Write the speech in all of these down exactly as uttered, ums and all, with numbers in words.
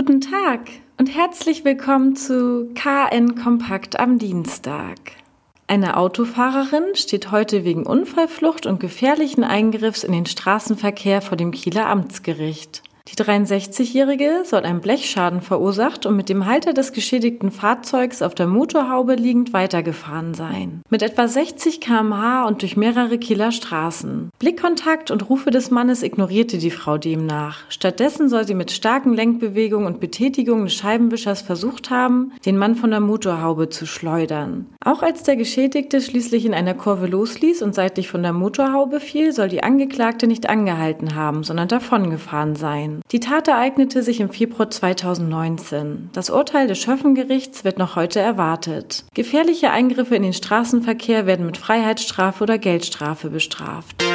Guten Tag und herzlich willkommen zu K N Kompakt am Dienstag. Eine Autofahrerin steht heute wegen Unfallflucht und gefährlichen Eingriffs in den Straßenverkehr vor dem Kieler Amtsgericht. Die dreiundsechzigjährige soll einen Blechschaden verursacht und mit dem Halter des geschädigten Fahrzeugs auf der Motorhaube liegend weitergefahren sein. Mit etwa sechzig Kilometer pro Stunde und durch mehrere Kieler Straßen. Blickkontakt und Rufe des Mannes ignorierte die Frau demnach. Stattdessen soll sie mit starken Lenkbewegungen und Betätigungen des Scheibenwischers versucht haben, den Mann von der Motorhaube zu schleudern. Auch als der Geschädigte schließlich in einer Kurve losließ und seitlich von der Motorhaube fiel, soll die Angeklagte nicht angehalten haben, sondern davongefahren sein. Die Tat ereignete sich im Februar zweitausendneunzehn. Das Urteil des Schöffengerichts wird noch heute erwartet. Gefährliche Eingriffe in den Straßenverkehr werden mit Freiheitsstrafe oder Geldstrafe bestraft.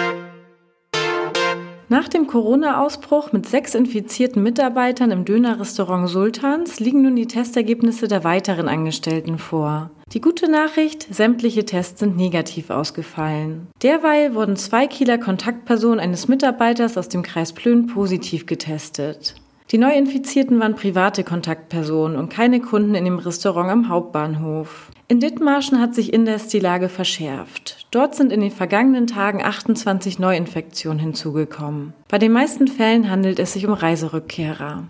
Nach dem Corona-Ausbruch mit sechs infizierten Mitarbeitern im Dönerrestaurant Sultans liegen nun die Testergebnisse der weiteren Angestellten vor. Die gute Nachricht, sämtliche Tests sind negativ ausgefallen. Derweil wurden zwei Kieler Kontaktpersonen eines Mitarbeiters aus dem Kreis Plön positiv getestet. Die Neuinfizierten waren private Kontaktpersonen und keine Kunden in dem Restaurant am Hauptbahnhof. In Dithmarschen hat sich indes die Lage verschärft. Dort sind in den vergangenen Tagen achtundzwanzig Neuinfektionen hinzugekommen. Bei den meisten Fällen handelt es sich um Reiserückkehrer.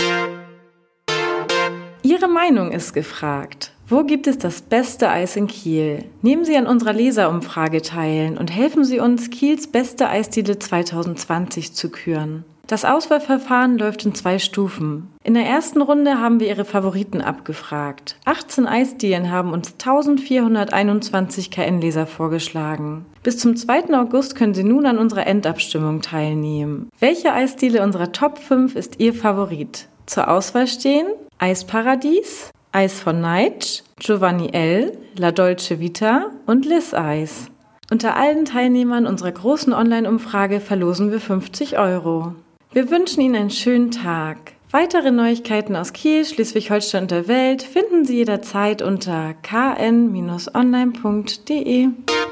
Ihre Meinung ist gefragt. Wo gibt es das beste Eis in Kiel? Nehmen Sie an unserer Leserumfrage teil und helfen Sie uns, Kiels beste Eisdiele zweitausendzwanzig zu küren. Das Auswahlverfahren läuft in zwei Stufen. In der ersten Runde haben wir Ihre Favoriten abgefragt. achtzehn Eisdielen haben uns eintausendvierhunderteinundzwanzig K N-Leser vorgeschlagen. Bis zum zweiten August können Sie nun an unserer Endabstimmung teilnehmen. Welche Eisdiele unserer Top fünf ist Ihr Favorit? Zur Auswahl stehen Eisparadies, Eis von Neitsch, Giovanni L., La Dolce Vita und Liss Eis. Unter allen Teilnehmern unserer großen Online-Umfrage verlosen wir fünfzig Euro. Wir wünschen Ihnen einen schönen Tag. Weitere Neuigkeiten aus Kiel, Schleswig-Holstein und der Welt finden Sie jederzeit unter k n Bindestrich online punkt d e.